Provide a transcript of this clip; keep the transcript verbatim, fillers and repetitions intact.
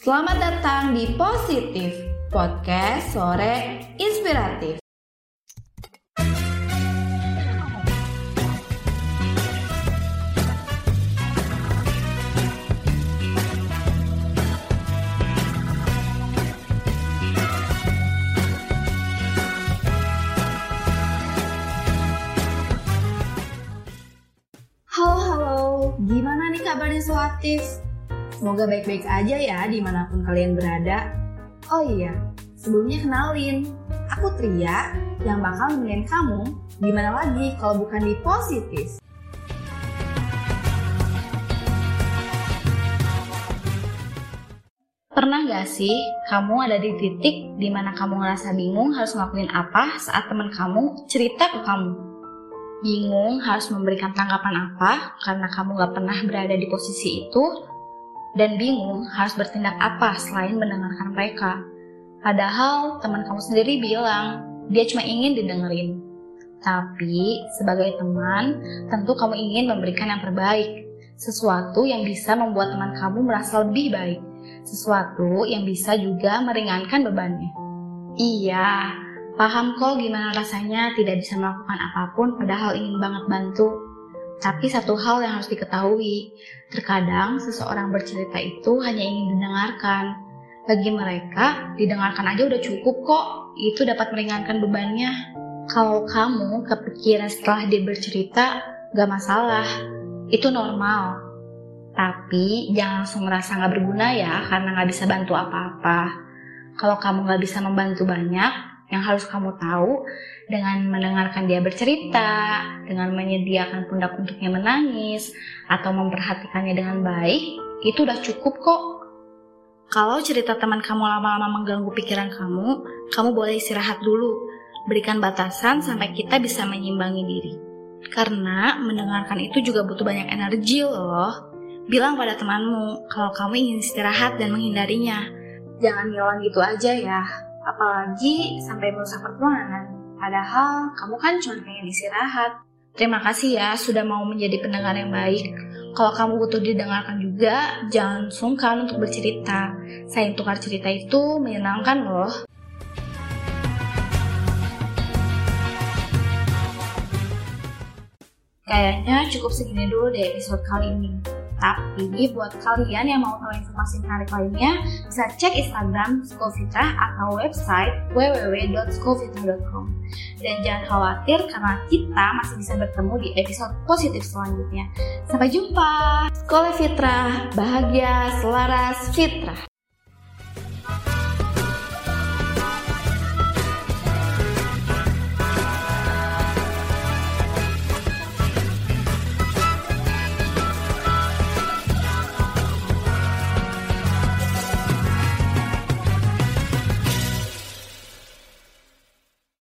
Selamat datang di Positif, podcast sore inspiratif. Halo-halo, gimana nih kabarnya Soatif? Semoga baik-baik aja ya dimanapun kalian berada. Oh iya, sebelumnya kenalin, aku Tria yang bakal nemenin kamu gimana lagi kalau bukan di Positif. Pernah gak sih kamu ada di titik dimana kamu ngerasa bingung harus ngelakuin apa saat teman kamu cerita ke kamu? Bingung harus memberikan tanggapan apa karena kamu gak pernah berada di posisi itu, dan bingung harus bertindak apa selain mendengarkan mereka. Padahal teman kamu sendiri bilang dia cuma ingin didengerin. Tapi sebagai teman, tentu kamu ingin memberikan yang terbaik, sesuatu yang bisa membuat teman kamu merasa lebih baik, sesuatu yang bisa juga meringankan bebannya. Iya, paham kok gimana rasanya tidak bisa melakukan apapun padahal ingin banget bantu. Tapi satu hal yang harus diketahui, terkadang seseorang bercerita itu hanya ingin didengarkan. Bagi mereka, didengarkan aja udah cukup kok, itu dapat meringankan bebannya. Kalau kamu kepikiran setelah dia bercerita, gak masalah, itu normal. Tapi jangan langsung merasa gak berguna ya, karena gak bisa bantu apa-apa. Kalau kamu gak bisa membantu banyak, yang harus kamu tahu, dengan mendengarkan dia bercerita, dengan menyediakan pundak untuknya menangis, atau memperhatikannya dengan baik, itu udah cukup kok. Kalau cerita teman kamu lama-lama mengganggu pikiran kamu, kamu boleh istirahat dulu. Berikan batasan sampai kita bisa menyimbangi diri. Karena mendengarkan itu juga butuh banyak energi loh. Bilang pada temanmu kalau kamu ingin istirahat dan menghindarinya. Jangan ngilang gitu aja ya. Apalagi sampai merusak pertemanan. Padahal kamu kan cuma pengen istirahat. Terima kasih ya sudah mau menjadi pendengar yang baik. Kalau kamu butuh didengarkan juga, jangan sungkan untuk bercerita. Saling tukar cerita itu menyenangkan loh. Kayaknya cukup segini dulu deh episode kali ini. Tapi buat kalian yang mau tahu informasi menarik lainnya, bisa cek Instagram Skofitrah atau website w w w dot skofitrah dot com. Dan jangan khawatir karena kita masih bisa bertemu di episode positif selanjutnya. Sampai jumpa. Skofitrah, bahagia, selaras, fitrah.